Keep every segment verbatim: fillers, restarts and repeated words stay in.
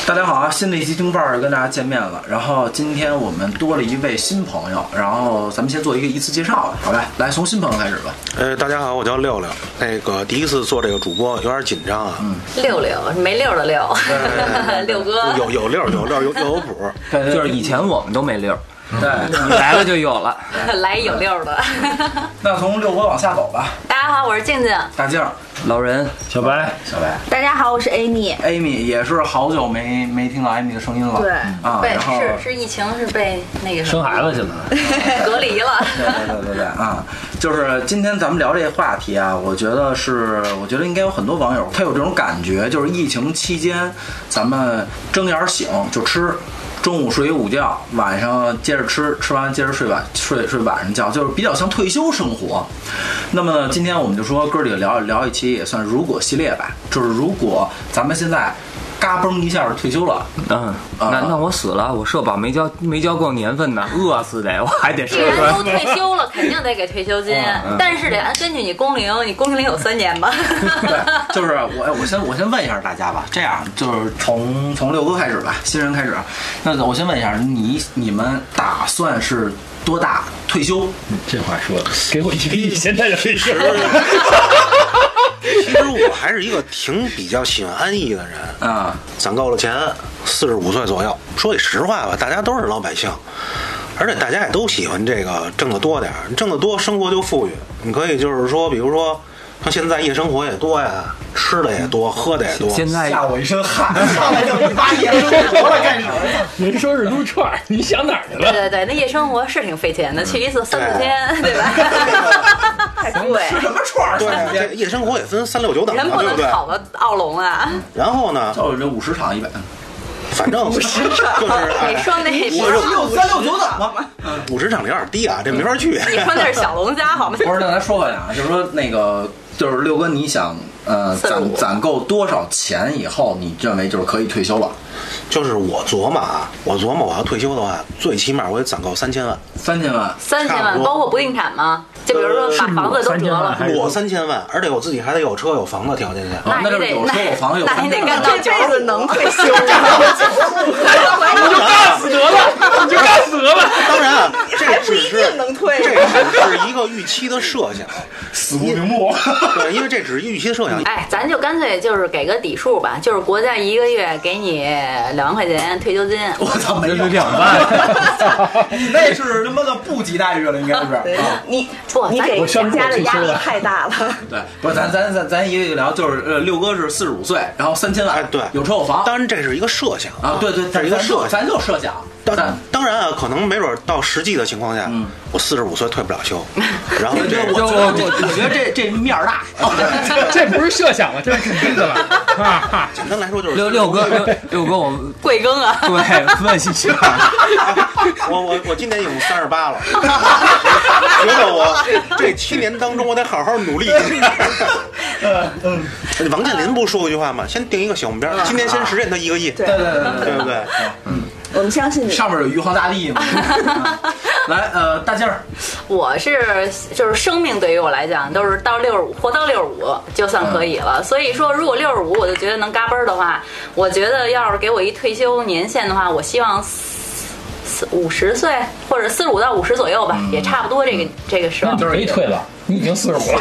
大家好啊，新的一期听范儿跟大家见面了。然后今天我们多了一位新朋友，然后咱们先做一个依次介绍吧，好吧？来，从新朋友开始吧。 呃，大家好，我叫六六。那个第一次做这个主播，有点紧张啊。 嗯，六六没六的六，六哥有有六有六有有有谱。 对，就是以前我们都没六。 对， 你来了就有了， 来有六的。 那从六哥往下走吧。 大家好，我是静静。 大静， 老人， 小白， 小白。 大家好，我是 Amy。Amy 也是好久没没听到 Amy 的声音了。 对啊， 被然后是是疫情是被那个生孩子去了， 隔离了。 对对对对对啊，就是今天咱们聊这个话题啊，我觉得是，我觉得应该有很多网友他有这种感觉，就是疫情期间咱们睁眼醒就吃。中午睡一午觉，晚上接着吃，吃完接着睡晚睡睡晚上觉，就是比较像退休生活。那么呢，今天我们就说哥儿几个聊聊一期也算如果系列吧，就是如果咱们现在嘎嘣一下就退休了， 嗯，那那我死了，我社保没交没交够年份呢，饿死得，我还得既然都退休了，肯定得给退休金，嗯、但是得按根据你工龄，你工龄有三年吧？ 对，就是我我先我先问一下大家吧，这样就是从从六哥开始吧，新人开始。那我先问一下，你你们打算是多大退休？ 这话说的，给我一个亿，现在就退休。 其实我还是一个挺比较喜欢安逸的人啊， 攒够了钱，四十五岁左右。说句实话吧，大家都是老百姓，而且大家也都喜欢这个挣得多点儿，挣得多生活就富裕。你可以就是说，比如说像现在夜生活也多呀，吃的也多，喝的也多。 现在吓我一身汗，上来就你妈夜生活了干什么？ 人说是撸串，你想哪儿去了？ 对对对，那夜生活是挺费钱的，去一次三四天，对吧？ 太贵。 吃什么串儿？ 对，这夜生活也分三六九等， 人不能烤个奥龙啊。 然后呢， 就这五十场一百， 反正五十场就是你说那五十六三六九等吗？ 五十场有点低啊，这没法去。 你说那是小龙虾好吗？ 不是，那咱说回来啊，就是说那个。就是六哥，你想呃攒攒够多少钱以后，你认为就是可以退休了？ 就是我琢磨啊，我琢磨我要退休的话，最起码我得攒够三千万。 三千万， 三千万包括不动产吗？就比如说把房子都折了， 我三千万，而且我自己还得有车有房的条件下。 那就是有车有房有。 那你得干到这辈子能退休吗？ 你就干死得了，你就干死得了。 当然啊，这不一定能退， 这只是一个预期的设想， 死不瞑目。 对，因为这只是预期的设想。 哎，咱就干脆就是给个底数吧，就是国家一个月给你两万块钱退休金。 我操，没有两万， 你那是他妈的部级待遇了，应该是。 你不， 你给人家的压力太大了。 对，不是咱咱咱咱一个一个聊，就是呃，六哥是四十五岁，然后三千万， 哎，对， 有车有房。 当然这是一个设想啊，对对， 这是一个设想， 咱就设想。 当然，当然啊，可能没准到实际的情况下，嗯，我四十五岁退不了休。然后这，我我我觉得这这面儿大， 这不是设想了，这是肯定的了。 简单来说就是六六哥，六六哥，我贵庚啊？ 对，问一下。 我我我今年已经三十八了，觉得我这七年当中我得好好努力一下。嗯嗯，王健林不说过一句话吗？先定一个小目标，今年先实现他一个亿。 对对对对， 对不对？ 嗯。我们相信你。 上面有玉皇大帝嘛？来，呃，大静儿， 我是就是生命对于我来讲都是到六十五，活到六十五就算可以了。嗯、所以说，如果六十五我就觉得能嘎嘣的话，我觉得要是给我一退休年限的话，我希望四五十岁或者四十五到五十左右吧，嗯、也差不多这个这个时候。 就是一退了，你已经四十五了。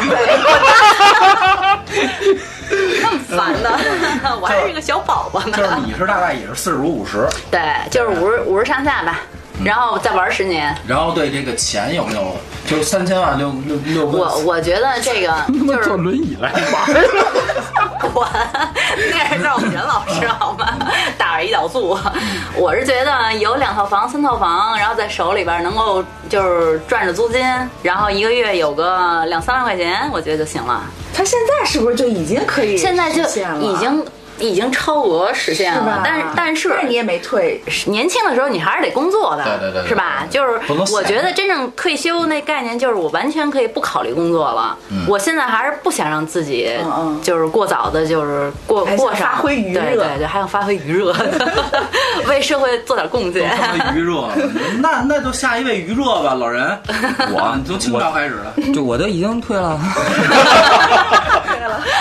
那么烦呢，我还是一个小宝宝呢。 就是你是大概也是四十五五十， 对，就是五十五十上下吧，然后再玩十年。 然后对这个钱有没有，就是三千万六六六个？ 我我觉得这个就是坐轮椅来玩。 我那是赵敏老师好吗？大耳胰岛素。我是觉得有两套房、三套房，然后在手里边能够就是赚着租金，然后一个月有个两三万块钱，我觉得就行了。 他现在是不是就已经可以？ 现在就已经。已经超额实现了，但是但是你也没退。 年轻的时候你还是得工作的， 对对 对, 对， 是吧？就是我觉得真正退休那概念就是我完全可以不考虑工作了。嗯、我现在还是不想让自己就是过早的，就是过过上发挥余热， 对对对，还要发挥余热，为社会做点贡献。 发挥余热，那那就下一位余热吧，老人。我从清朝开始的， 就我都已经退了。 退了。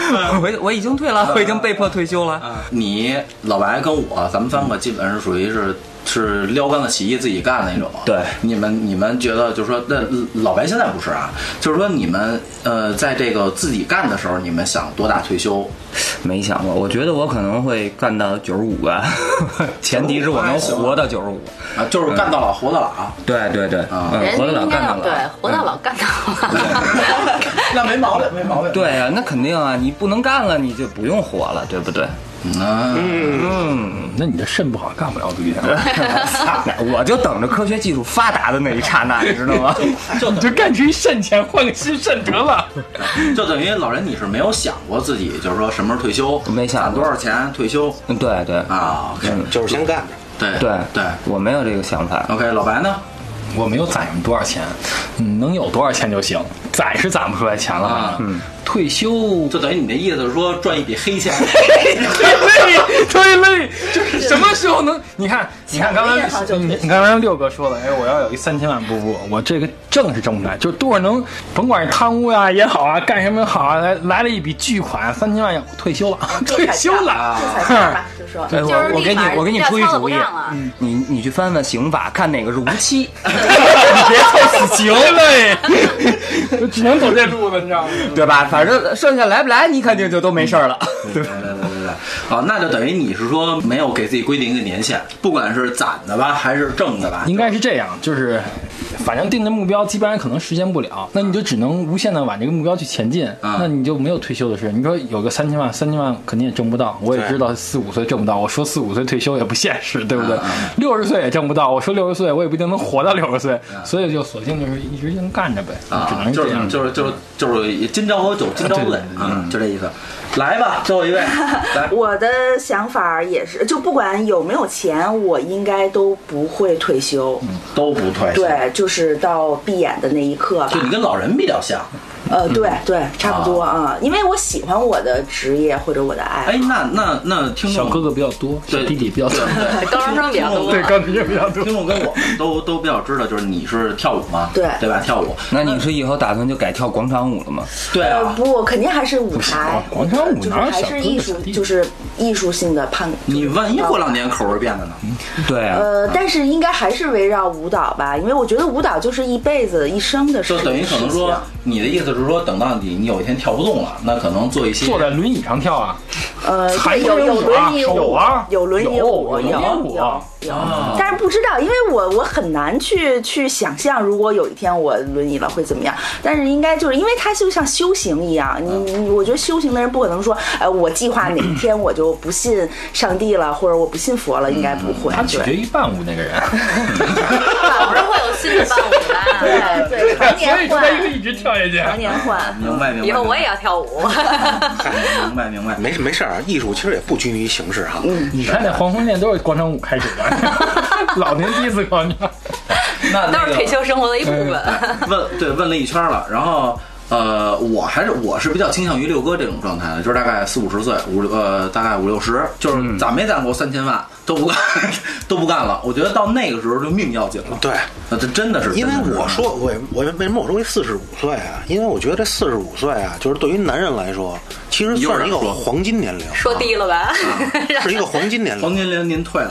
我我已经退了，我已经被迫退休了。 你老白跟我，咱们三个基本是属于是。是撩干了洗衣自己干那种。 对， 你们你们觉得就是说，那老白现在不是啊，就是说你们呃，在这个自己干的时候，你们想多大退休？ 没想过，我觉得我可能会干到九十五吧，前提是我能活到九十五啊，就是干到老活到老。 对对对， 啊， 人活到老应该干到老， 对，活到老干到老。 那没毛病，没毛病。 对啊，那肯定啊，你不能干了，你就不用活了，对不对？ 嗯嗯，那你这肾不好，干不了对象。 我就等着科学技术发达的那一刹那，你知道吗？ 就你就干出一肾钱，换个新肾得了。 就等于老人，你是没有想过自己就是说什么时候退休， 没想攒多少钱退休。 嗯，对对啊， 嗯，就是先干着。 对对对， 我没有这个想法。 OK， 老白呢？ 我没有攒什么多少钱，嗯，能有多少钱就行，攒是攒不出来钱了啊。嗯，退休就等于你的意思是说赚一笔黑钱， 忒累，忒累，就是什么时候能？你看，你看刚才你你刚才六哥说了，哎，我要有一三千万，不不，我这个挣是挣不来，就是多少能，甭管是贪污呀也好啊，干什么也好啊，来来了一笔巨款，三千万，退休了，退休了， 就说哎，我我给你我给你出一主意，嗯，你你去翻翻刑法，看哪个是无期，你别凑死刑嘞，就只能走这路子，你知道吗？ 对吧？反正剩下来不来，你肯定就都没事了。 对对对对对，好，那就等于你是说没有给自己规定一个年限，不管是攒的吧还是挣的吧， 应该是这样，就是反正定的目标基本上可能实现不了，那你就只能无限的往这个目标去前进， 嗯、 那你就没有退休的事。你说有个三千万，三千万肯定也挣不到，我也知道四五岁挣不到，我说四五岁退休也不现实，对不对？六十、嗯、岁也挣不到，我说六十岁我也不一定能活到六十岁，嗯、所以就索性就是一直硬干着呗， 啊、 只能这样， 就是就是就是今朝有酒今朝醉啊，就这意思。来吧，最后一位。来， 我的想法也是，就不管有没有钱，我应该都不会退休， 嗯、都不退休。 对，就是到闭眼的那一刻吧。 就你跟老人比较像。 呃，对对，差不多啊，因为我喜欢我的职业或者我的爱好。 哎，那那那听众小哥哥比较多，小弟弟比较多， 高中生比较多， 对，高中生比较多。 听众跟我们都都比较知道，就是你是跳舞嘛， 对对吧？跳舞， 那你是以后打算就改跳广场舞了吗？ 对啊， 呃、不，肯定还是舞台， 广场舞哪有还是艺术，就是艺术性的判。 你万一过两年口味变了呢？ 对啊。 呃，但是应该还是围绕舞蹈吧，因为我觉得舞蹈就是一辈子、一生的事情。 就等于可能说，你的意思是说，等到你。你有一天跳不动了，那可能做一些坐在轮椅上跳啊， 呃， 有有轮椅舞， 有啊， 有轮椅舞， 有有有有，但是不知道，因为我我很难去去想象，如果有一天我轮椅了会怎么样。但是应该就是因为它就像修行一样，你你我觉得修行的人不可能说，呃，我计划哪一天我就不信上帝了，或者我不信佛了，应该不会。 他取决于伴舞那个人， 总是会有新的伴舞的， 对对，常年换， 所以一直跳下去， 常年换， 明白明白。 以后我也要跳舞。 明白明白， 没没事儿，艺术其实也不拘泥于形式哈。 嗯， 你看那黄昏恋都是广场舞开始的，老年第一次广场， 那都是退休生活的一部分。 问对问了一圈了，然后。呃，我还是我是比较倾向于六哥这种状态的，就是大概四五十岁，五呃大概五六十，就是攒没攒过三千万都不干，都不干了。我觉得到那个时候就命要紧了。 对， 那这真的是。 因为我说我我为什么我说为四十五岁啊？因为我觉得这四十五岁啊，就是对于男人来说，其实算是一个黄金年龄。 说低了吧？ 啊、是一个黄金年龄。 黄金年龄您退了。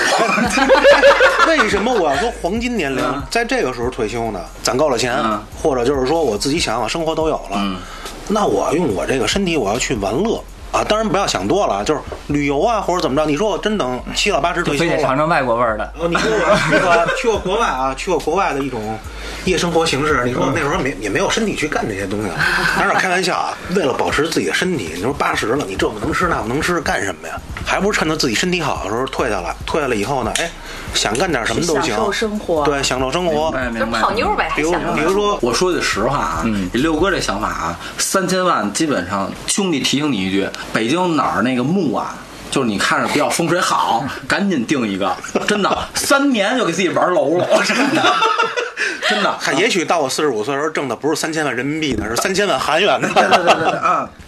为什么我要说黄金年龄？嗯、在这个时候退休呢？攒够了钱，嗯、或者就是说我自己想想生活都有了，嗯、那我用我这个身体我要去玩乐啊！当然不要想多了，就是旅游啊或者怎么着。你说我真等七老八十退休了， 非得尝尝外国味儿的。 哦，你说我那个去过国外啊，去过国外的一种夜生活形式。你说那时候没也没有身体去干这些东西，当然开玩笑啊。为了保持自己的身体，你说八十了，你这不能吃那不能吃，干什么呀？还不是趁着自己身体好的时候退下来，退下来以后呢，哎，想干点什么都行， 享受生活， 对，享受生活， 就泡妞呗。 比如比如说， 我说句实话啊，嗯，六哥这想法啊，三千万基本上，兄弟提醒你一句，北京哪儿那个墓啊。就是你看着比较风水好，赶紧定一个，真的，三年就给自己玩楼了，真的，真的。 还也许到我四十五岁的时候挣的不是三千万人民币呢，是三千万韩元呢。 对对对对啊。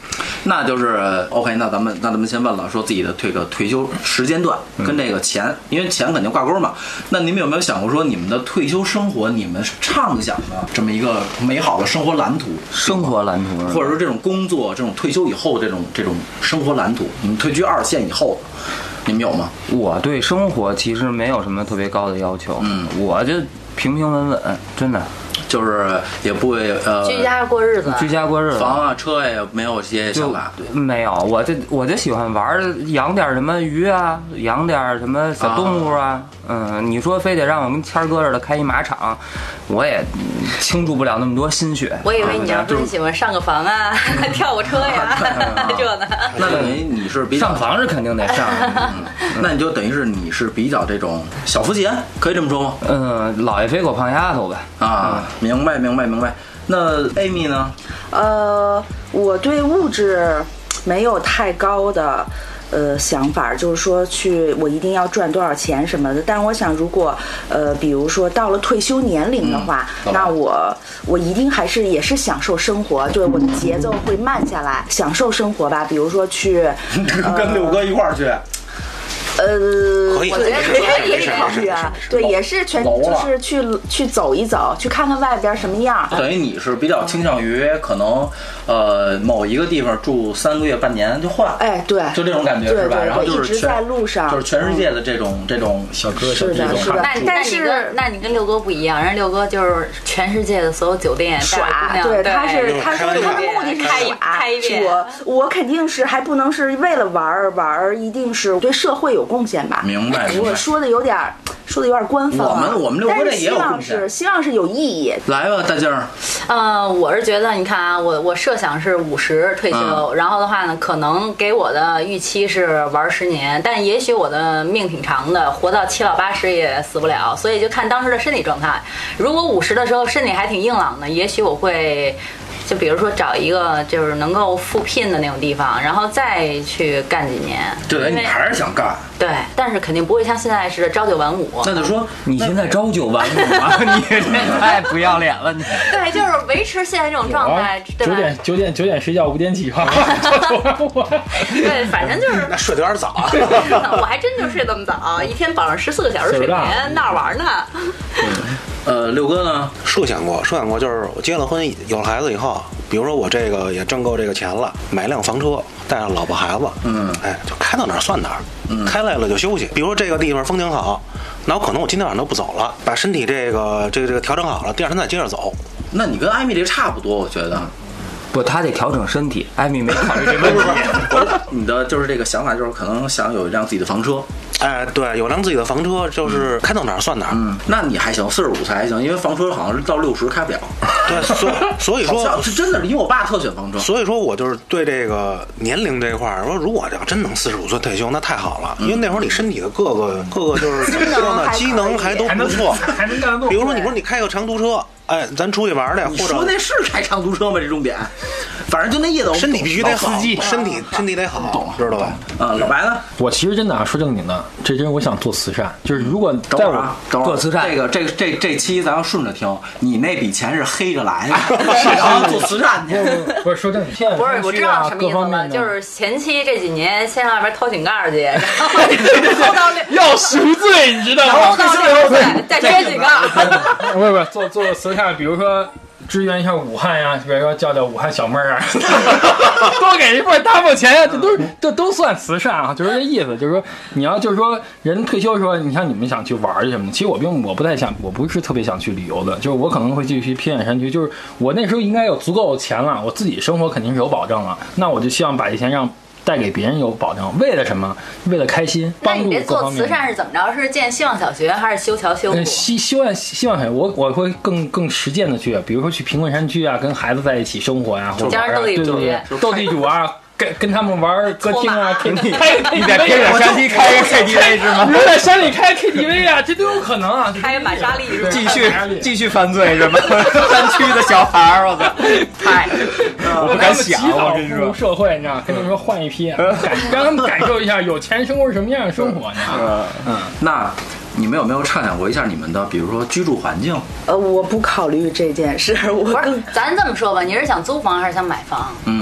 那就是 OK。那咱们那咱们先问了，说自己的这个退休时间段跟这个钱，因为钱肯定挂钩嘛。那你们有没有想过说，你们的退休生活，你们畅想的这么一个美好的生活蓝图？ 生活蓝图， 或者说这种工作，这种退休以后这种这种生活蓝图，你们退居二线以后，你们有吗？ 我对生活其实没有什么特别高的要求，嗯，我就平平稳稳，真的。 就是也不会呃居家过日子， 居家过日子， 房啊车也没有些想法， 没有，我就我就喜欢玩，养点什么鱼啊，养点什么小动物啊，啊嗯，你说非得让我跟谦儿哥似的开一马场，我也倾注不了那么多心血。 我以为你要说你喜欢上个房啊，跳个车呀，这呢。 那等于你是比较上房是肯定得上， 嗯，那你就等于是你是比较这种小富即安，可以这么说吗？ 嗯，老爷飞狗胖丫头呗。 啊。嗯明白，明白，明白。那 Amy 呢？ 呃，我对物质没有太高的呃想法，就是说去我一定要赚多少钱什么的。但是我想，如果呃，比如说到了退休年龄的话，嗯、那我我一定还是也是享受生活，就是我的节奏会慢下来，享受生活吧。比如说去、 呃、跟六哥一块儿去。 呃， 可以， 我觉得可以可以考虑啊。对，也是全就是去去走一走，去看看外边什么样。 等于你是比较倾向于可能呃某一个地方住三个月半年就换， 哎，对， 就这种感觉是吧？然后就是一直在路上， 就是全世界的这种这种小哥小弟这种。是的， 那但是那你跟六哥不一样，人六哥就是全世界的所有酒店耍，对，他是他说他的目的是开开一遍。 我我肯定是还不能是为了玩而玩，而一定是对社会有贡献吧。 明白， 我说的有点说的有点官方、啊。 我们我们六哥这也有贡献， 是希望是有意义。 来吧，大静儿。 呃，我是觉得你看啊，我我设想是五十退休、嗯，然后的话呢，可能给我的预期是玩十年，但也许我的命挺长的，活到七老八十也死不了，所以就看当时的身体状态。如果五十的时候身体还挺硬朗的，也许我会。就比如说找一个就是能够复聘的那种地方，然后再去干几年。 对，你还是想干。 对，但是肯定不会像现在似的朝九晚五。 那就说你现在朝九晚五啊，你这太不要脸了你。 对，就是维持现在这种状态。 九点九点九点睡觉，五点起床，朝九晚五。 对，反正就是那睡得有点早啊。 我还真就睡这么早，一天保证十四个小时睡眠，闹着玩呢。 呃，六哥呢？ 设想过，设想过，就是我结了婚，有了孩子以后，比如说我这个也挣够这个钱了，买辆房车，带上老婆孩子，嗯，哎，就开到哪儿算哪儿，嗯，开累了就休息。比如说这个地方风景好，那我可能我今天晚上都不走了，把身体这个这个这个调整好了，第二天再接着走。 那你跟艾米这个差不多，我觉得。 不，他得调整身体。艾米没考虑这问题。 你的就是这个想法，就是可能想有一辆自己的房车。 哎，对，有辆自己的房车，就是开到哪儿算哪儿。 嗯，那你还行，四十五岁还行，因为房车好像是到六十开不了。 对，所所以说是真的，因为我爸特选房车。 所以说我就是对这个年龄这块儿说，如果要真能四十五岁退休，那太好了，因为那会儿你身体的各个各个就是怎么说呢，机能还都不错， 还能干得动。 比如说，你说你开个长途车。哎，咱出去玩去，或者你说那是开长途车吗？这重点，反正就那意思。 身体必须得好，身体身体得好，知道吧？ 啊，老白呢？ 我其实真的啊，说正经的，这真我想做慈善，就是如果在我做慈善， 这个这个这这期咱要顺着听，你那笔钱是黑着来的，然后做慈善去。 不是说正经， 不是我知道什么意思了，就是前期这几年先上外边掏井盖去，然后偷到要赎罪，你知道吗？ 偷到六十岁再缺井盖。 不是不是，做做慈善。比如说支援一下武汉呀，比如说叫叫武汉小妹儿啊，多给一份大份钱呀，这都是这都算慈善啊，就是这意思。就是说你要就是说人退休的时候，你像你们想去玩什么的，其实我并我不太想，我不是特别想去旅游的，就是我可能会继续偏远山区，就是我那时候应该有足够的钱了，我自己生活肯定是有保障了，那我就希望把这钱让。带给别人有保障，为了什么？为了开心，帮助各方面。 那你这做慈善是怎么着？是建希望小学还是修桥修路？ 希希望希望小学，我我会更更实践的去，比如说去贫困山区啊，跟孩子在一起生活呀、啊，或者玩啊，对对对，斗地主啊。跟跟他们玩歌厅啊 ，K T V， 你在偏远山区开个 K T V 是吗？ 你在山里开 K T V 啊，这都有可能啊。 开玛莎丽是吧？ 继续继续犯罪是吗？山区的小孩儿，我操，太我不敢想，我跟你说， 社会你知道，跟他们说换一批，感让他们感受一下有钱生活是什么样的生活，你知道吗？ 嗯，那。你们有没有畅想过一下你们的，比如说居住环境？ 呃，我不考虑这件事，我不是，咱这么说吧，你是想租房还是想买房？ 嗯。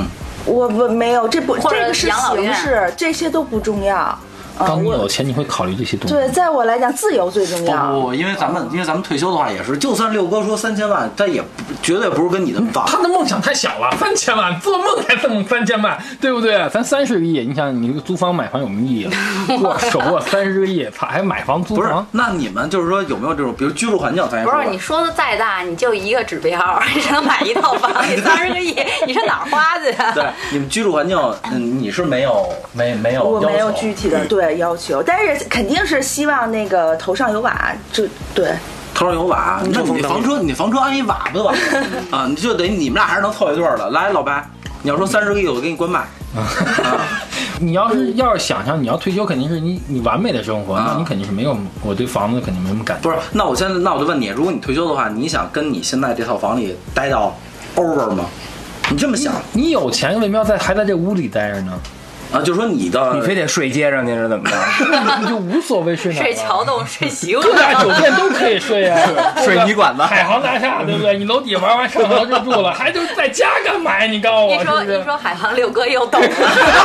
我我没有，这不或者这个是养老院形式，这些都不重要。 当你我有钱，你会考虑这些东西。 对，在我来讲，自由最重不要。 不不，因为咱们因为咱们退休的话也是，就算六哥说三千万，他也不绝对不是跟你那么放。 他的梦想太小了，三千万，做梦还这么三千万，对不对？咱三十个亿，你想你租房买房有没有意义？我手握三十个亿，操，还买房租不是房？， 那你们就是说有没有这种，比如居住环境？咱也不说是你说的再大，你就一个指标，你只能买一套房，你三十个亿，你上哪儿花去啊？ 对，你们居住环境，嗯，你是没有没没有我没有要求具体的对要求，但是肯定是希望那个头上有瓦，这对。 头上有瓦，那你那房车，你那房车安一瓦不就完了啊？你就等于你们俩还是能凑一对儿的。来，老白，你要说三十个亿，我给你关麦。啊， 你要是要是想象你要退休，肯定是你你完美的生活， 啊那你肯定是没有，我对房子肯定没什么感觉。 不是，那我现在那我就问你，如果你退休的话，你想跟你现在这套房里待到 over 吗？你这么想你有钱，为什么要在还在这屋里待着呢？ 啊？就是说你的你非得睡街上去是怎么着？ 你就无所谓睡哪儿睡了桥洞，睡习惯各大酒店都可以睡啊， 睡泥管子海航大厦对不对？你楼底玩完上楼就住了，还就在家干嘛呀？你告诉我一说是不是一？说海航六哥又懂了，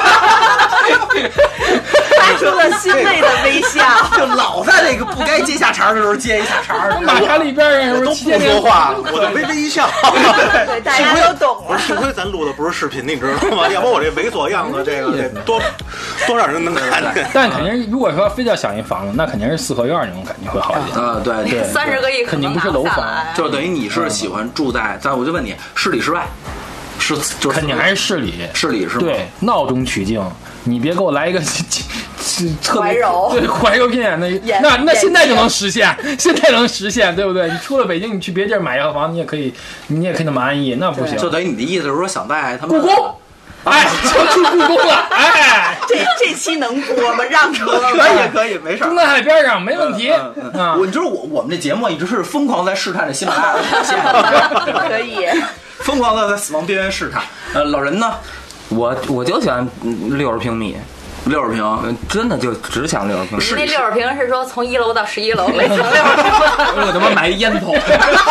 发出了欣慰的微笑。 就老在那个不该接下茬的时候接一下茬儿。 马查里边上是不都不是天天说话，我就微微一笑。 对，大家都懂了。 幸亏咱录的不是视频，你知道吗？要不我这猥琐样子，这个得多多少人能看见。 但肯定，如果说非要想一房子，那肯定是四合院那种感觉会好一点。 啊，对对三十个亿肯定不是楼房就等于你是喜欢住在，咱我就问你，市里市外，是就是肯定还是市里， 市里是吗？ 对，闹中取静。你别给我来一个特别怀柔对怀柔片，那眼那那眼现在就能实现，现在能实现，对不对？你出了北京，你去别地儿买一套房，你也可以，你也可以那么安逸，那不行。 就等于你的意思是说想在他们故宫，哎，就去故宫了，哎， 这这期能播吗？让播吗？ 可以可以没事儿中。南海边上没问题嗯嗯嗯啊我。你知道我我们这节目一直是疯狂在试探这喜马拉雅的表现， 可以。 疯狂的在死亡边缘试探。呃，老人呢， 我我就想六十平米， 六十平， 嗯真的就只想六十平米。 那六十平是说从一楼到十一楼，每层六十平。 我他妈买一烟筒，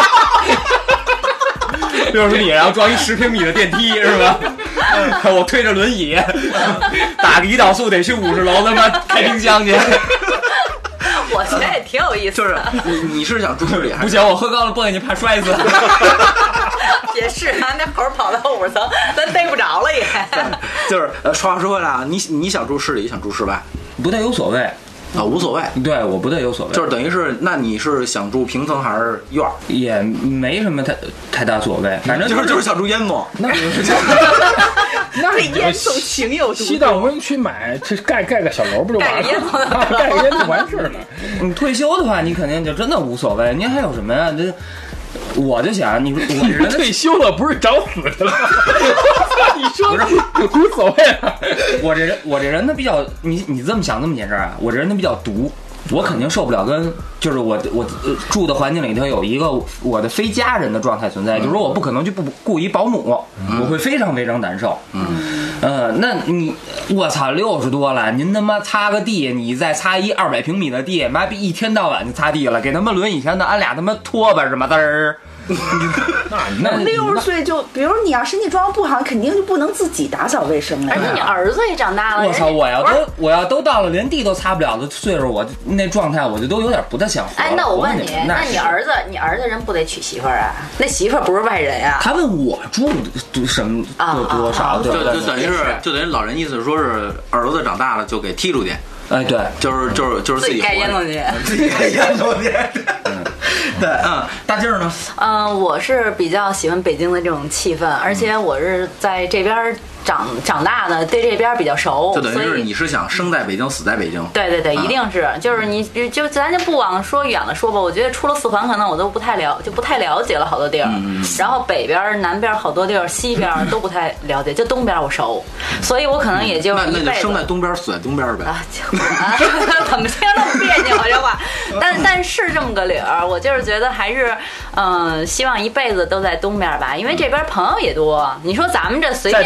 六十米，然后装一十平米的电梯是吧？我推着轮椅，打个胰岛素得去五十楼他妈开冰箱去。 我觉得也挺有意思就是的。 你你是想住市里还是？ 不行，我喝高了蹦下去怕摔死。 也是啊，那猴跑到五层，咱逮不着了也。 就是呃，话说回来啊，你你想住市里，想住市外不太有所谓， 啊，无所谓。 对我不太有所谓， 就是等于是，那你是想住平层还是院儿？ 也没什么太太大所谓，反正就是就是想住烟囱。 那不是那烟囱情有独西藏无人区买，这盖盖个小楼不就完了？ 盖个烟囱啊盖个烟囱完事儿了。 你退休的话，你肯定就真的无所谓。您还有什么呀？这我就想，你说我这人退休了不是找死去了？你说无所谓了。 我这人我这人他比较，你你这么想这么件事啊，我这人他比较独。我肯定受不了跟就是我我、呃、住的环境里头有一个我的非家人的状态存在，就是说我不可能去不雇一保姆，我会非常非常难受。嗯，呃，那你我操，六十多了，您他妈擦个地，你再擦一二百平米的地，妈逼一天到晚就擦地了，给他们轮椅前的安俩他妈拖把是吗？嘚儿。 那那六十岁就，比如你要身体状况不好，肯定就不能自己打扫卫生了而且你呀。 儿子也长大了， 我操！ 人家我要不是都我要都到了连地都擦不了的岁数，我那状态我就都有点不太想活了。 哎，那我问你， 那那你儿子，你儿子人不得娶媳妇儿啊？那媳妇儿不是外人呀？ 他问我住住什么啊多多少， 啊对对对就就等于是就等于老人意思是说是儿子长大了就给踢出去， 哎对， 就是就是就是自己自己盖烟囱去。 自己盖烟囱去。对，嗯，大劲儿呢？ 嗯，我是比较喜欢北京的这种气氛，而且我是在这边长长大的，对这边比较熟， 就等于所以是你是想生在北京，死在北京。 对对对， 啊一定是，就是你就就咱就不往说远了说吧，我觉得出了四环，可能我都不太了，就不太了解了好多地儿。 嗯然后北边、南边好多地儿，西边都不太了解，就东边我熟，所以我可能也就那那就一辈子生在东边，死在东边呗。 啊，就啊怎么听着那么别扭啊这话？但但是这么个理儿，我就是觉得还是，嗯、希望一辈子都在东边吧，因为这边朋友也多。你说咱们这随便在东边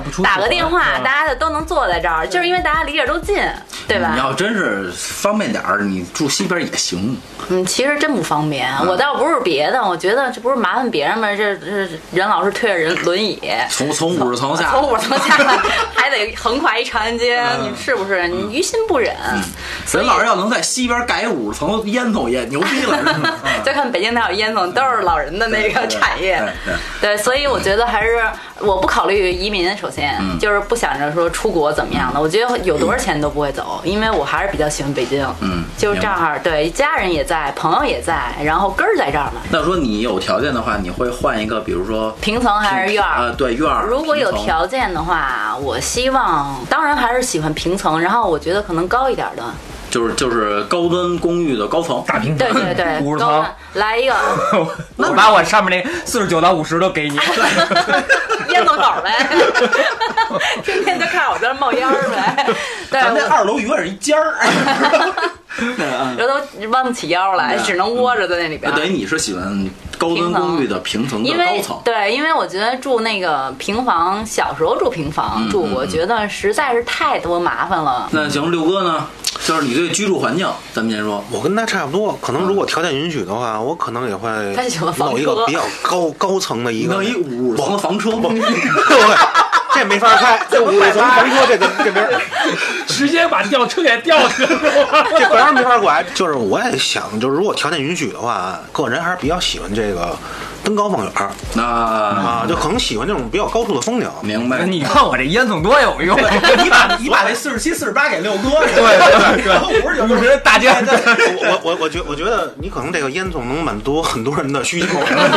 不出打个电话， 嗯大家都能坐在这儿，就是因为大家离这儿都近，对吧？ 你要真是方便点儿，你住西边也行。 嗯，其实真不方便。我倒不是别的，我觉得这不是麻烦别人吗？这这人老是推着人轮椅， 从从五十层下， 从五十层下来，还得横跨一长安街，你是不是？你于心不忍。所以人老人要能在西边盖五十层烟囱业，牛逼了。 就看北京哪有烟囱，都是老人的那个产业。对，所以我觉得还是我不考虑移民，首先就是不想着说出国怎么样的。我觉得有多少钱都不会走，因为我还是比较喜欢北京。 嗯， 就是这样，对，家人也在，朋友也在，然后根儿在这儿呢。 那说你有条件的话，你会换一个，比如说平层还是院儿？ 啊，对，院儿。 如果有条件的话，我希望，当然还是喜欢平层，然后我觉得可能高一点的。 就是就是高端公寓的高层大平层， 对对对， 五十层高端来一个， 那把我上面那四十九到五十都给你。 烟囱口呗，天天就看着我在那冒烟儿呗。对， 咱那二楼永远是一尖儿。 人都弯不起腰来，只能窝着在那里边。 等于你是喜欢高端公寓的平层的因为高层？ 对，因为我觉得住那个平房，小时候住平房住过，觉得实在是太多麻烦了。 那行，六哥呢？就是你对居住环境，咱们先说。 我跟他差不多，可能如果条件允许的话，我可能也会他喜欢房车弄一个比较高高层的一个， 弄一五十层的房车。 这没法开，这五十层房车这这这没法， 直接把吊车给吊车， 这拐弯没法拐。就是我也想，就是如果条件允许的话，个人还是比较喜欢这个登高望远儿那啊，就可能喜欢这种比较高处的风景。 明白。 你看我这烟囱多有用， 你把你把那四十七、四十八给六哥， 对对对， 五十九、 五十大街。 我我我觉我觉得你可能这个烟囱能满足很多人的需求。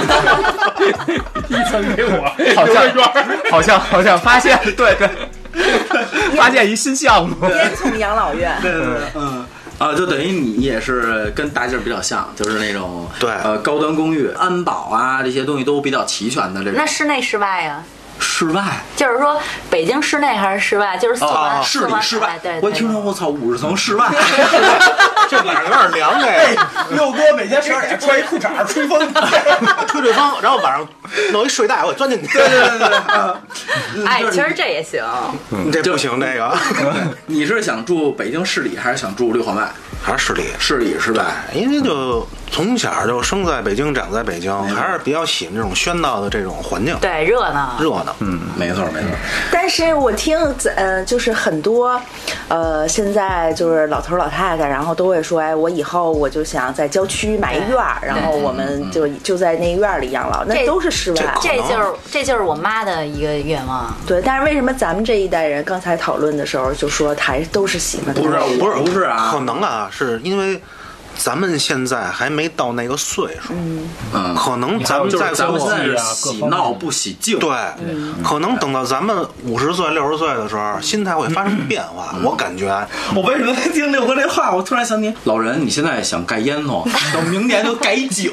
一层给我， 好像留个圆儿好像好像发现，对对，发现一新项目。 烟囱养老院。 对对对，嗯。啊，就等于你也是跟大劲儿比较像，就是那种对呃高端公寓、安保啊这些东西都比较齐全的这种。 那室内室外呀？ 室外就是说北京市内还是室外？就是四环、 啊，市里室外。 对， 我一听说我操，五十层室外， 这晚上有点凉哎。 六哥每天十二点穿一裤衩吹风， 吹吹风，然后晚上弄一睡袋我钻进去。 对对对对。 哎，其实这也行。 这不行，这个。 你是想住北京市里，还是想住六环外？ 还是市里？ 市里是吧？ 因为就从小就生在北京，长在北京，还是比较喜欢这种喧闹的这种环境。 对，热闹， 热闹。 嗯，没错没错。 但是我听呃，就是很多呃，现在就是老头老太太，然后都会说，哎，我以后我就想在郊区买一院儿，然后我们就就在那院儿里养老，那都是室外。 这就是这就是我妈的一个愿望。 对，但是为什么咱们这一代人刚才讨论的时候就说还都是喜欢的？ 不是不是不是啊， 可能啊，是因为咱们现在还没到那个岁数， 嗯， 可能咱们再咱们过现在是喜闹不喜静， 对，可能等到咱们五十岁、六十岁的时候，心态会发生变化。我感觉， 我为什么听六哥这话，我突然想起老人，你现在想盖烟囱，等明年就盖一井。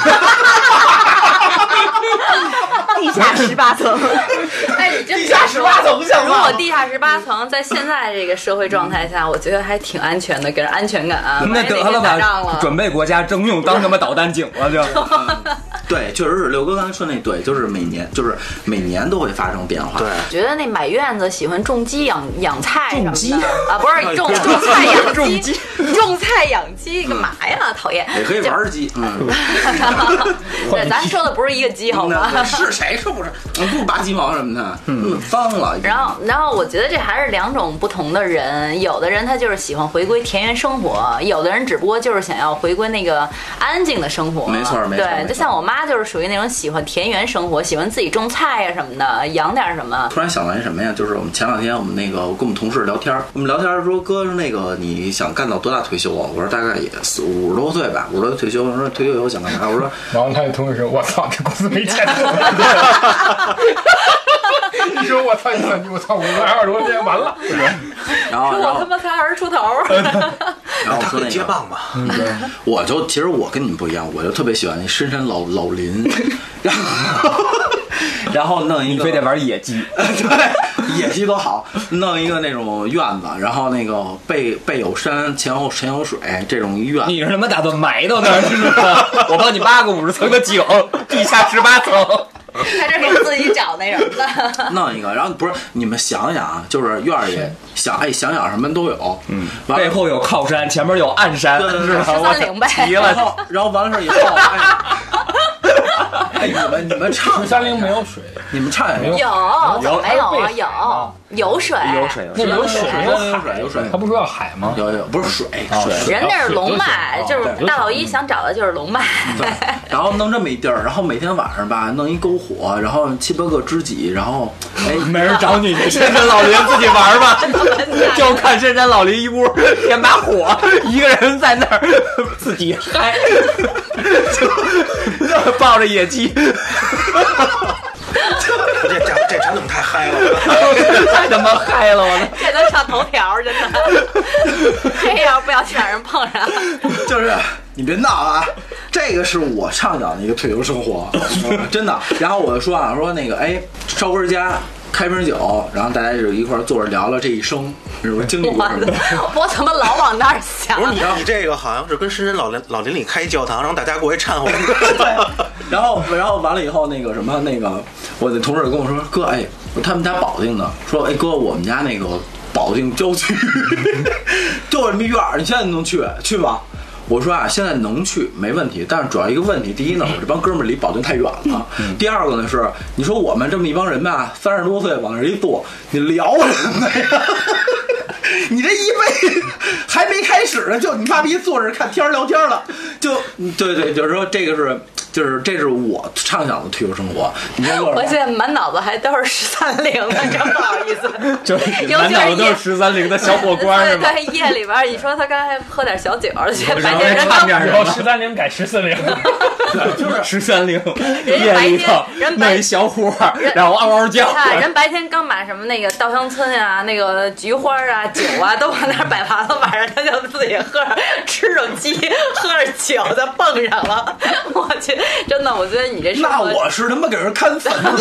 地下十八层， 哎，你真地下十八层像如果地下十八层在现在这个社会状态下，我觉得还挺安全的，给人安全感啊。 那得了吧，准备国家征用当什么导弹井了就。 对，确实是六哥刚才说那对，就是每年就是每年都会发生变化。 对， 觉得那买院子喜欢种鸡养养菜什么种鸡的啊，不是种种菜养鸡，种菜养鸡干嘛呀？讨厌， 也可以玩鸡，嗯。 对，咱说的不是一个鸡好吗？ 是谁说不是？不拔鸡毛什么的，嗯，脏了。 然后，然后我觉得这还是两种不同的人。有的人他就是喜欢回归田园生活，有的人只不过就是想要回归那个安静的生活。 没错，没错。 对，就像我妈就是属于那种喜欢田园生活，喜欢自己种菜呀什么的，养点什么。 突然想到一什么呀？就是我们前两天我们那个我跟我们同事聊天，我们聊天说哥那个你想干到多大退休啊？我说大概也四五十多岁吧，五十多岁退休。我说退休以后想干嘛？我说， 然后他的同事说：“我操，这公司没钱。”你说我操，你操你我操，我才二十多天完了。 然后， 说我他妈才二十出头。 然后我说那个接棒吧， 我就其实我跟你们不一样，我就特别喜欢那深山老老林，然后然后弄一个， 你非得玩野鸡， 对，野鸡多好，弄一个那种院子，然后那个背背有山，前后前有水，这种院。 你是他妈打算埋到那儿是吧？我帮你挖个五十层的井，地下十八层。 他这给自己找那什么的。 弄一个，然后不是你们想想啊，就是院里想哎想想什么都有，嗯，完了背后有靠山，前面有暗山， 对对对是吧？ 十三陵呗。 急了， 然后然后完了事以后，哎，哎你们你们唱十三陵没有水， 你们唱也没有有没有啊？有有水， 有水， 那有水有水有水有水他不是说要海吗？ 有有不是水水， 人那是龙脉，就是大老一想找的就是龙脉。 对，然后弄这么一地儿，然后每天晚上吧弄一篝火，然后七八个知己，然后哎没人找你，你深山老林自己玩吧，就看深山老林一屋点把火，一个人在那儿自己嗨，就抱着野鸡， 这这这真的太嗨了， 太他妈嗨了！我这能上头条，真的。非要不要让人碰上？ 就是你别闹啊，这个是我倡导的一个退休生活，真的。然后我就说啊，说那个哎，烧根家。开瓶酒，然后大家就一块儿坐着聊聊这一生，是不是经历过什么？ 我怎么老往那儿想？ 不是你，你这个好像是跟深山老林老林里开教堂，让大家过去忏悔。 对，然后然后完了以后，那个什么那个，我的同事跟我说，哥，哎，他们家保定的，说，哎哥，我们家那个保定郊区就有这么一院儿，你现在能去去吧？我说啊，现在能去没问题，但是主要一个问题，第一呢，我这帮哥们儿离保定太远了；第二个呢是，你说我们这么一帮人吧，三十多岁往那一坐，你聊什么呀？你这一辈还没开始呢，就你妈逼坐着看天聊天了，就对对，就是说这个是。就是这是我畅想的退休生活。你说我现在满脑子还都是十三陵的，真不好意思。 就是满脑子都是十三陵的小火锅是吧？ 对，夜里边你说他刚才喝点小酒，白天人唱点然后十三陵改十四陵， 就是十三陵夜里头那一小伙然后嗷嗷叫。 看人白天刚把什么那个稻香村啊、那个菊花啊、酒啊都往那儿摆完了，晚上他就自己喝着吃着鸡，喝着酒就蹦上了。我去。真的，我觉得你这那我是他妈给人看坟去了。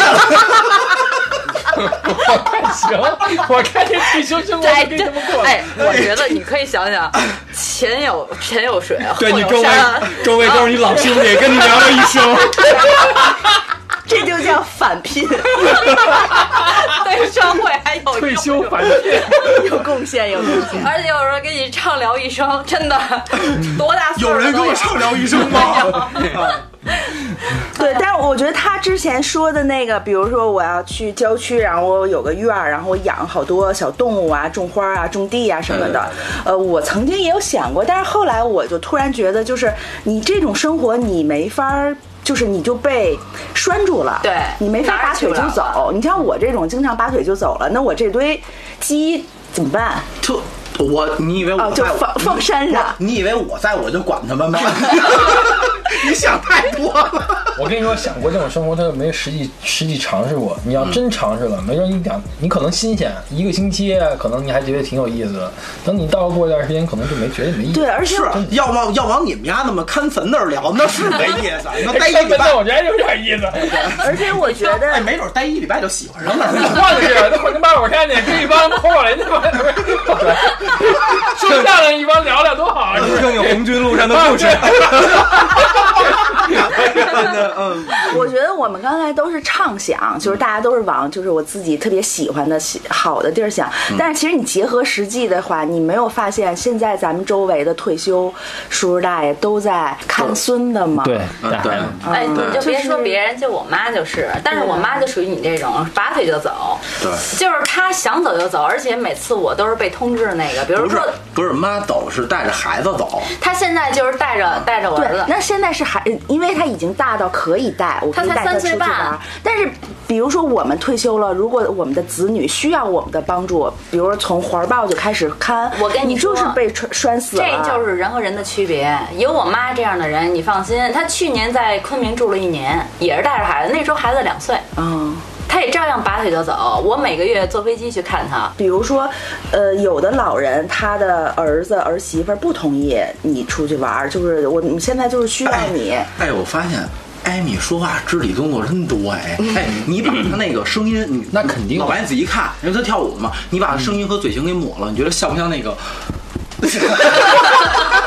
我看行，我看这退休生活就跟这么过。 哎，我觉得你可以想想，前有前有水， 对你周围周围都是你老兄弟，跟你聊了一生。 这就叫返聘， 对社会还有退休返聘， 有贡献，有贡献。 而且有人给你畅聊一生，真的，多大岁数有人给我畅聊一生吗？ 对，但是我觉得他之前说的那个，比如说我要去郊区，然后我有个院儿，然后我养好多小动物啊，种花啊，种地啊什么的。呃，我曾经也有想过，但是后来我就突然觉得，就是你这种生活，你没法儿。就是你就被拴住了， 对， 你没法拔腿就走。你像我这种经常拔腿就走了，那我这堆鸡怎么办？ 就我，你以为我哦，就放放山上？ 你以为我在我就管他们吗？你想太多了。 我跟你说，想过这种生活，他又没实际实际尝试过。你要真尝试了，没准你两你可能新鲜一个星期，可能你还觉得挺有意思的。等你到过一段时间，可能就没觉得没意思。 对，而且是要往要往你们家那么看坟那儿聊，那是没意思。那待一礼拜， 我觉得有点意思。 而且我觉得， 哎，没准待一礼拜就喜欢上了。 换个地儿，那换跟八火山去，跟一帮红火人去吧。说漂亮一帮聊聊多好啊！ 听听红军路上的故事。 嗯， 我觉得我们刚才都是畅想，就是大家都是往就是我自己特别喜欢的好的地儿想，但是其实你结合实际的话，你没有发现现在咱们周围的退休叔叔大爷都在看孙子吗？ 对对， 哎，你就别说别人，就我妈就是，但是我妈就属于你这种拔腿就走， 对， 就是她想走就走，而且每次我都是被通知那个，比如不是说不是妈走是带着孩子走， 她现在就是带着带着我儿子，， 对那现在是还因为他已经大到可以带，我可以带他出去玩。但是，比如说我们退休了，如果我们的子女需要我们的帮助，比如说从怀抱就开始看， 我跟你你就是被拴死了。 这就是人和人的区别。有我妈这样的人，你放心，她去年在昆明住了一年，也是带着孩子，那时候孩子两岁。 嗯。 他也照样拔腿就走，我每个月坐飞机去看他。 比如说，呃，有的老人他的儿子儿媳妇不同意你出去玩，就是我们现在就是需要你。 哎，哎我发现艾米说话肢体动作真多哎！哎，你把他那个声音，你那肯定， 老白你仔细看，因为他跳舞的嘛，你把声音和嘴型给抹了，你觉得像不像那个？对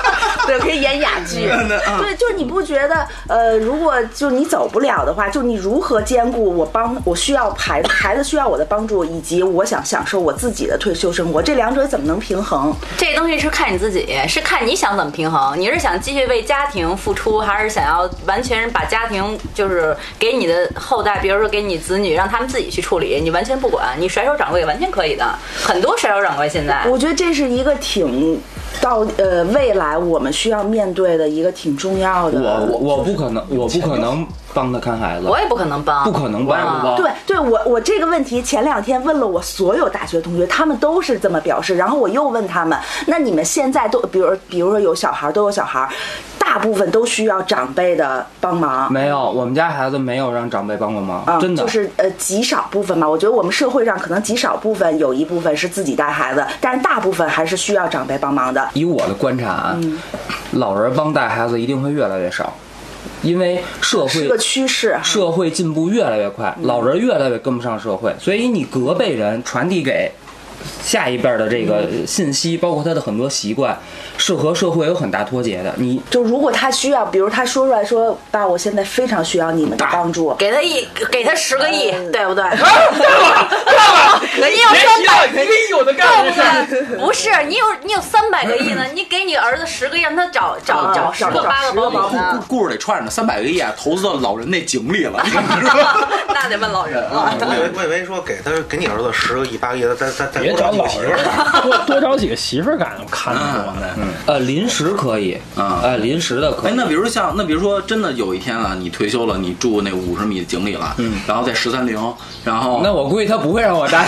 对，可以演哑剧。对，就是你不觉得呃，如果就你走不了的话，就你如何兼顾我帮我需要孩子，孩子需要我的帮助，以及我想享受我自己的退休生活，这两者怎么能平衡？ 这东西是看你自己，是看你想怎么平衡。你是想继续为家庭付出，还是想要完全把家庭就是给你的后代，比如说给你子女，让他们自己去处理，你完全不管，你甩手掌柜完全可以的，很多甩手掌柜现在。 我觉得这是一个挺。到呃未来我们需要面对的一个挺重要的。 我我我不可能，我不可能帮他看孩子， 我也不可能帮， 不可能帮。 对对，我我这个问题前两天问了我所有大学同学，他们都是这么表示。然后我又问他们，那你们现在都比如比如说有小孩都有小孩，大部分都需要长辈的帮忙。 没有，我们家孩子没有让长辈帮过忙，啊、真的就是呃极少部分嘛。我觉得我们社会上可能极少部分有一部分是自己带孩子，但是大部分还是需要长辈帮忙的。 以我的观察啊，嗯、老人帮带孩子一定会越来越少，因为社会是个趋势， 社会进步越来越快，嗯、老人越来越跟不上社会，所以你隔辈人传递给下一辈的这个信息，包括他的很多习惯，是和社会有很大脱节的。你就如果他需要，比如他说出来说：“爸，我现在非常需要你们的帮助。” 给他一，给他十个亿，嗯、对不对？ 你有三百一个亿，我的干不对？不是，你有你有三百个亿呢，你给你儿子十个亿，让他找找找十个八个保姆呢。 故事里串着三百个亿啊，投资到老人那井里了， 那得问老人了。 我以为我以为说给他给你儿子十个亿八个亿，再再再别找老人，多多找几个媳妇儿干，我看着我呢。 嗯，呃，临时可以啊，呃，临时的可以。 哎，那比如像那比如说真的有一天啊，你退休了，你住那五十米的井里了，嗯，然后在十三陵，然后那我估计他不会让我待。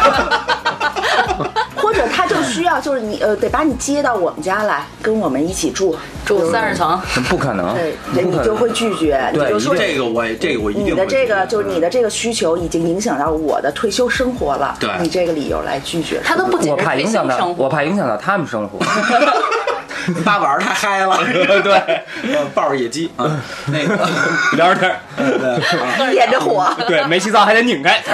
或者他就需要，就是你呃，得把你接到我们家来，跟我们一起住， 住三十层， 不可能。 对，你就会拒绝。 对， 你就说这个我这个我一定。 你的这个就是你的这个需求已经影响到我的退休生活了， 对， 你这个理由来拒绝， 他都不仅我怕影响到，我怕影响到他们生活。 爸晚上太嗨了， 对， 抱着野鸡啊，那个聊着天， 对，点着火， 对，没洗澡还得拧开。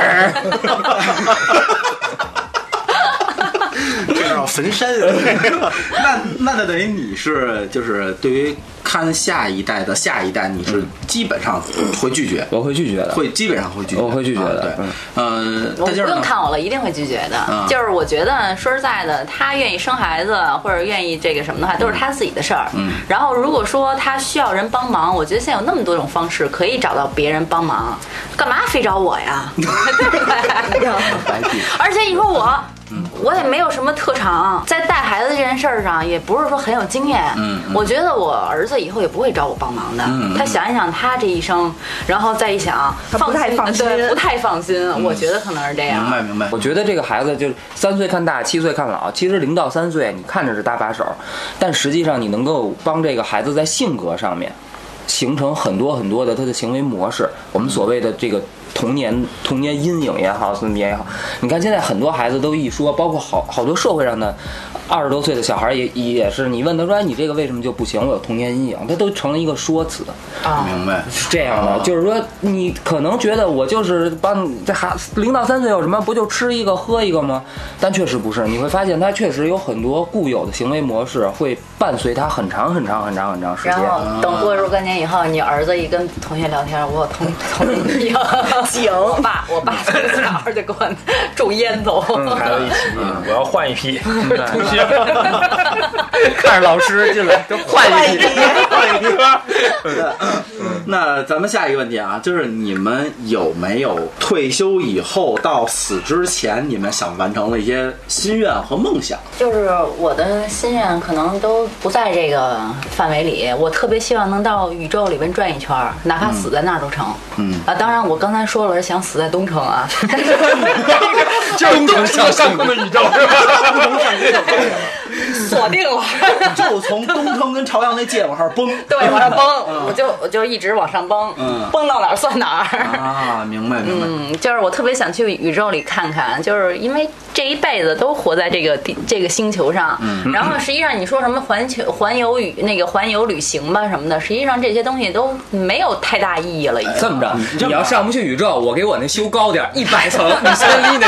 这叫焚山。 那那那等于你是就是对于看下一代的下一代，你是基本上会拒绝， 我会拒绝的， 会基本上会拒绝， 我会拒绝的。 对，嗯， 我不用看我了，一定会拒绝的。就是我觉得说实在的，他愿意生孩子或者愿意这个什么的话，都是他自己的事儿。嗯。然后如果说他需要人帮忙，我觉得现在有那么多种方式可以找到别人帮忙，干嘛非找我呀？对不对？而且你说我。我也没有什么特长，在带孩子这件事儿上，也不是说很有经验。嗯，我觉得我儿子以后也不会找我帮忙的。嗯，他想一想他这一生，然后再一想， 他不太放心， 对，不太放心。嗯、我觉得可能是这样。 明白明白。 我觉得这个孩子就三岁看大，七岁看老。其实零到三岁，你看着是搭把手，但实际上你能够帮这个孩子在性格上面形成很多很多的他的行为模式。我们所谓的这个。童年童年阴影也好，什么也好，你看现在很多孩子都一说，包括好好多社会上的二十多岁的小孩也也是，你问他说、哎、你这个为什么就不行？我有童年阴影，他都成了一个说辞啊，明白是这样的，就是说你可能觉得我就是帮你这孩零到三岁有什么不就吃一个喝一个吗？但确实不是，你会发现他确实有很多固有的行为模式会伴随他很长很长很长很长时间。 然后等过若干年以后，你儿子一跟同学聊天，我有童童年阴影。行，我爸，我爸从小就给我种烟囱， 嗯，孩子一起，嗯、我要换一批同学， 看着老师进来就换一批，换一批。 嗯，那咱们下一个问题啊，就是你们有没有退休以后到死之前，你们想完成的一些心愿和梦想？ 就是我的心愿可能都不在这个范围里，我特别希望能到宇宙里边转一圈，哪怕死在那儿都成。嗯啊，当然我刚才说了是想死在东城啊， 就是东城上空的宇宙是吧？东城上空的锁定了， 就从东城跟朝阳那界往上崩， 对，往上崩，嗯、我就我就一直往上崩，嗯，崩到哪儿算哪儿啊，明白明白。 嗯，就是我特别想去宇宙里看看，就是因为这一辈子都活在这个地这个星球上，嗯，然后实际上你说什么环球环游宇那个环游旅行吧什么的，实际上这些东西都没有太大意义了。已经这么着，你要上不去宇宙，我给我那修高点，一百层，你先离那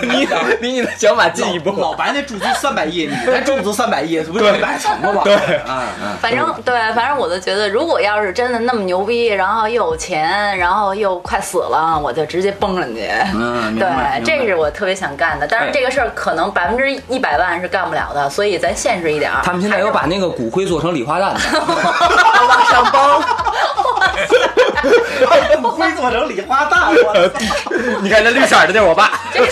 你离你的想法近一步。 老白那注资三百亿，你才注资三百亿，不是一百层了吗？ 对， 嗯嗯。 反正对，反正我就觉得，如果要是真的那么牛逼，然后又有钱，然后又快死了，我就直接崩上去。 嗯，明对白， 这是我特别想干的。但是这个事儿可能百分之一百万是干不了的，所以咱现实一点。 他们现在有把那个骨灰做成礼花弹的， 往上包。 骨灰做成礼花弹，我操！ 你看这绿色的，就是我爸。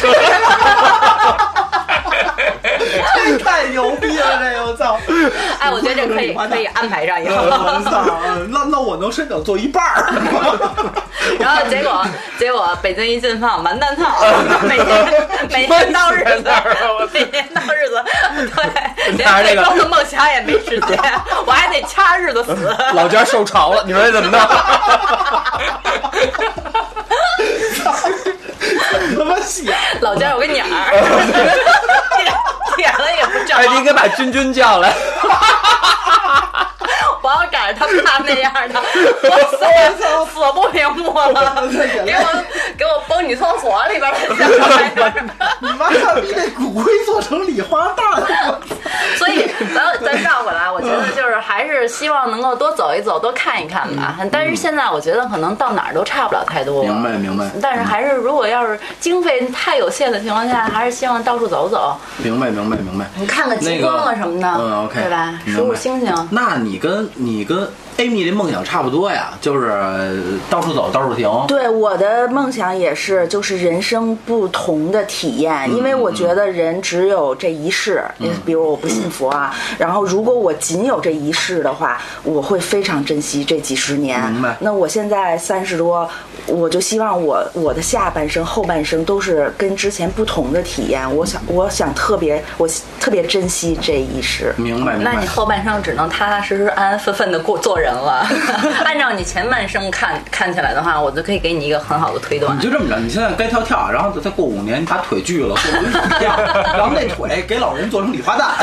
这太牛逼了，这个我操！ 哎，我觉得这可以可以安排上以后。 我操！那那我能申请做一半儿。 然后结果结果北京一禁放完蛋操，每天每天到日子，每天到日子，对，连最终的梦想也没实现，我还得掐日子死。 老家受潮了，你说怎么弄？ 他妈写老家有个鸟儿，点了也不着。 哎，你应该把君君叫来。 我要赶上他爸那样的，我死死不瞑目了，给我给我崩女厕所里边了。 你妈逼那骨灰做成礼花弹！ 所以咱咱绕回来，我觉得就是还是希望能够多走一走，多看一看吧。但是现在我觉得可能到哪儿都差不了太多。 明白明白。 但是还是如果要是经费太有限的情况下，还是希望到处走走。 明白明白明白。 你看个极光啊什么的， 嗯 OK， 对吧？数数星星。 那你跟你跟 Amy 的梦想差不多呀，就是到处走，到处停。 对，我的梦想也是，就是人生不同的体验， 嗯、 因为我觉得人只有这一世。嗯、比如我不信佛啊，然后如果我仅有这一世的话，我会非常珍惜这几十年。 明白。 那我现在三十多，我就希望我我的下半生、后半生都是跟之前不同的体验。我想，我想特别，我特别珍惜这一世。 明白明白。 那你后半生只能踏踏实实、安安分分的过做人了。按照你前半生看看起来的话，我就可以给你一个很好的推断。 你就这么着，你现在该跳跳，然后再过五年，你把腿锯了，做轮椅跳，然后那腿给老人做成礼花弹。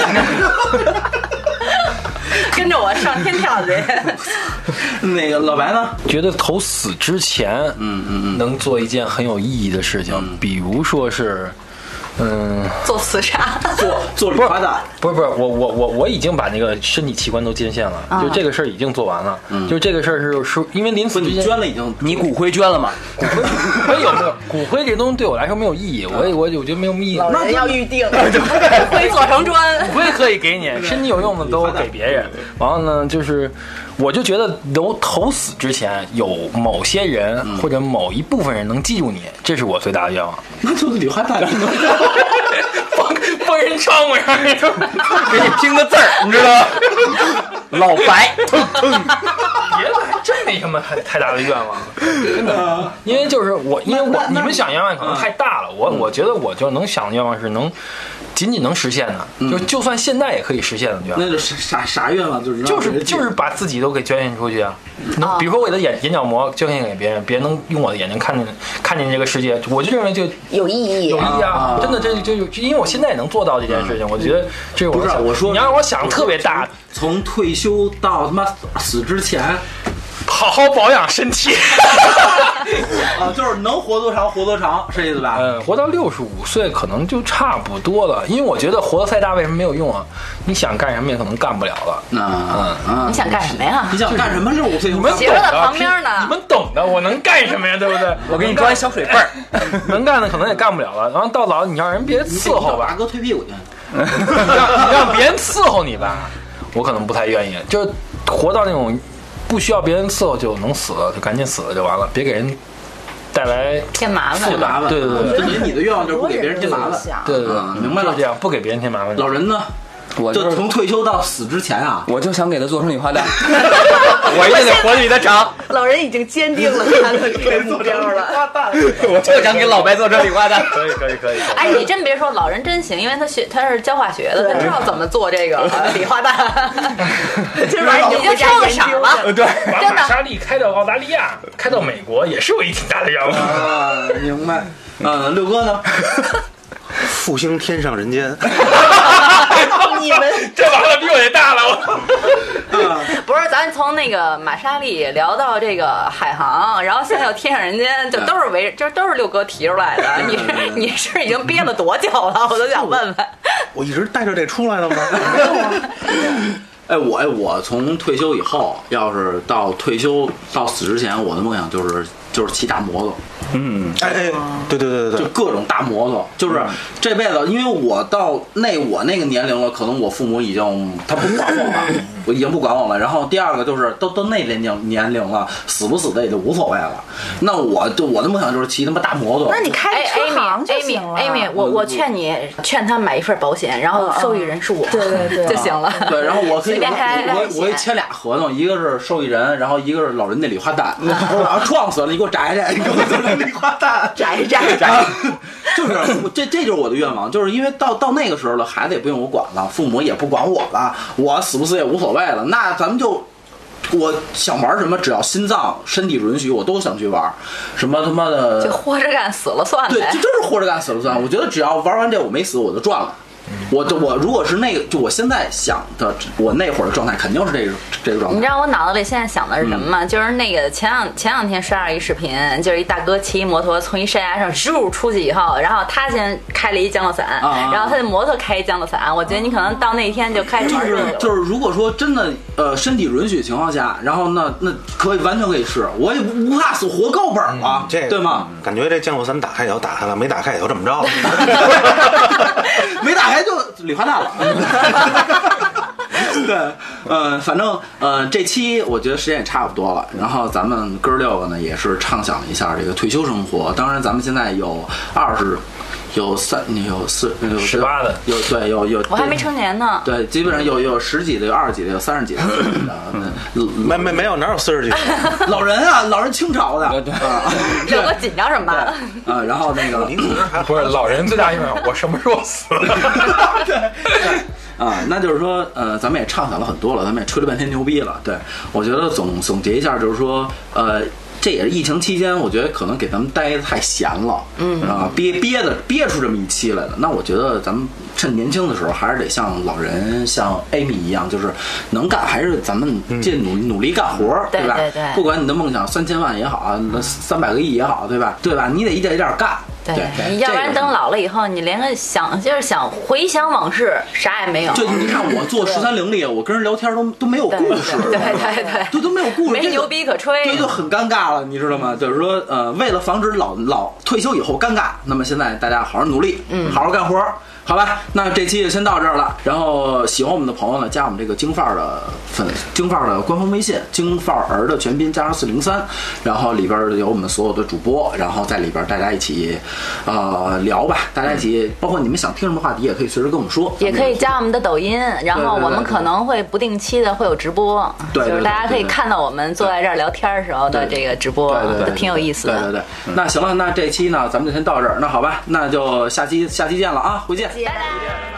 跟着我上天跳去。 那个老白呢？ 觉得头死之前， 嗯嗯嗯， 能做一件很有意义的事情， 嗯、 比如说是。嗯， 做慈善， 做做礼花弹， 不是不是，我我我我已经把那个身体器官都捐献了， 啊、 就这个事儿已经做完了。嗯，就这个事儿是是因为临死之前你捐了已经， 你骨灰捐了吗？ 骨灰骨灰有没有？骨灰这东西对我来说没有意义，我我我觉得没有意义。 老人要预定， 骨灰做成砖， 骨灰可以给你，身体有用的都给别人。完了呢，就是我就觉得头头死之前有某些人、嗯、或者某一部分人能记住你，这是我最大的愿望。 那就是礼花弹。 放放人窗户上， 给你拼个字儿，你知道吗？老白， 别的还真没什么太太大的愿望，真的。因为就是我，因为我你们想愿望可能太大了，我我觉得我就能想的愿望是能仅仅能实现的，就就算现在也可以实现的愿望。 那就是啥啥愿望？就是就是就是把自己都给捐献出去啊！能比如说我的眼眼角膜捐献给别人，别人能用我的眼睛看见看见这个世界，我就认为就有意义， 有意义啊！真的，这就因为我现在也能做到这件事情，我觉得这是我不是我说你要让我想特别大， 从退休到他妈死之前。 好好保养身体啊，就是能活多长活多长，是这意思吧？ 嗯，活到六十五岁可能就差不多了，因为我觉得活得太大为什么没有用啊？你想干什么也可能干不了了。 嗯嗯， 你想干什么呀？ 你想干什么？六十五岁你们媳妇在旁边呢， 你们懂的，我能干什么呀？对不对？ 我给你装一小水泵， 能干的可能也干不了了。然后到老，你让人别伺候吧， 大哥推屁股去， 你让你让别人伺候你吧，我可能不太愿意，就是活到那种。不需要别人伺候就能死了，就赶紧死了就完了，别给人带来添麻烦。 麻烦， 对对对， 所以你的愿望就是不给别人添麻烦。 对对对， 明白了， 就这样，不给别人添麻烦。 老人呢？ 我就从退休到死之前啊， 我就想给他做成礼花弹，我一定得活得比他长。 老人已经坚定了他的这个目标了。 我就想给老白做成礼花弹。 可以可以可以。 哎，你真别说，老人真行，因为他学他是教化学的，他知道怎么做这个礼花弹。今晚已经跳傻了。 对，把玛莎丽开到澳大利亚，开到美国，也是我一挺大的愿望。 啊，明白。嗯，六哥呢？ 复兴天上人间。 你们这完了比我这大了，我。 不是，咱从那个玛莎丽聊到这个海航，然后现在又天上人间，就都是围，就都是六哥提出来的。你是你是已经憋了多久了？我都想问问。 我一直带着这出来的吗？ 哎，我哎，我从退休以后，要是到退休到死之前，我的梦想就是就是骑大摩托。 嗯， 哎哎，对对对对对， 就各种大摩托，就是这辈子，因为我到那我那个年龄了，可能我父母已经他不管我了，我已经不管我了。然后第二个就是都都那年龄年龄了，死不死的也就无所谓了。那我就我的梦想就是骑他妈大摩托。 那你开哎车行就行了。 ，Amy，Amy，我我劝你劝他买一份保险，然后受益人是我， 对对对就行了。 对，然后我可以随便开我我我会签俩合同，一个是受益人，然后一个是老人那礼花弹。我要撞死了，你给我摘摘，你给我做礼花弹。 摘摘摘，就是这，这就是我的愿望，就是因为到到那个时候了，孩子也不用我管了，父母也不管我了，我死不死也无所谓了。那咱们就，我想玩什么，只要心脏身体允许，我都想去玩。什么他妈的， 就活着干，死了算呗。 对，这就是活着干，死了算。我觉得只要玩完这，我没死，我就赚了。我我如果是那个，就我现在想的，我那会儿的状态肯定是这个这个状态。 你知道我脑子里现在想的是什么吗？嗯、就是那个前两前两天刷到一视频，就是一大哥骑一摩托从一山崖上嗖出去以后，然后他先开了一降落伞，啊、然后他的摩托开一降落伞。我觉得你可能到那一天就开始玩这个。 就是就是，如果说真的呃身体允许情况下，然后那那可以完全可以试，我也不怕死，活够本啊， 嗯、这对吗？ 感觉这降落伞打开也就打开了，没打开也就这么着了， 没打开就礼花弹了。对，呃，反正呃，这期我觉得时间也差不多了。然后咱们哥六个呢，也是畅想一下这个退休生活。当然，咱们现在有二十。有三，有四，有十八的， 有对，有有。 我还没成年呢。 对，基本上有有十几的，有二十几的，有三十几的， 没没没有，哪有四十几？ 老人啊，老人清朝的。 对， 这我紧张什么？ 啊，然后那个， 您可能还不是老人最大愿望，我什么时候死？ 对。啊，那就是说，呃，咱们也畅想了很多了，咱们也吹了半天牛逼了。对，我觉得总总结一下，就是说，呃。这也是疫情期间，我觉得可能给咱们待的太闲了，嗯啊，憋憋的憋出这么一期来了。那我觉得咱们趁年轻的时候，还是得像老人、像 Amy 一样，就是能干，还是咱们尽努、嗯、努力干活，对吧？ 对对对。 不管你的梦想三千万也好，三百个亿也好，对吧？对吧？你得一点一点干。 对，你要不然等老了以后，你连个想就是想回想往事，啥也没有。 就你看我做十三陵里，我跟人聊天都都没有故事， 对对对， 都都没有故事， 没牛逼可吹， 这就很尴尬了，你知道吗？就是说，呃，为了防止老老退休以后尴尬，那么现在大家好好努力，嗯，好好干活。好吧，那这期就先到这儿了。然后喜欢我们的朋友呢，加我们这个京范儿的粉京范儿的官方微信，京范儿的全拼加上四零三，然后里边有我们所有的主播，然后在里边大家一起呃聊吧，大家一起，包括你们想听什么话题，也可以随时跟我们说， 也可以加我们的抖音，然后我们可能会不定期的会有直播， 对， 就是大家可以看到我们坐在这儿聊天的时候的这个直播， 对对对， 挺有意思的。 对对对，那行了，那这期呢咱们就先到这儿，那好吧，那就下期下期见了啊，回见。 拜拜。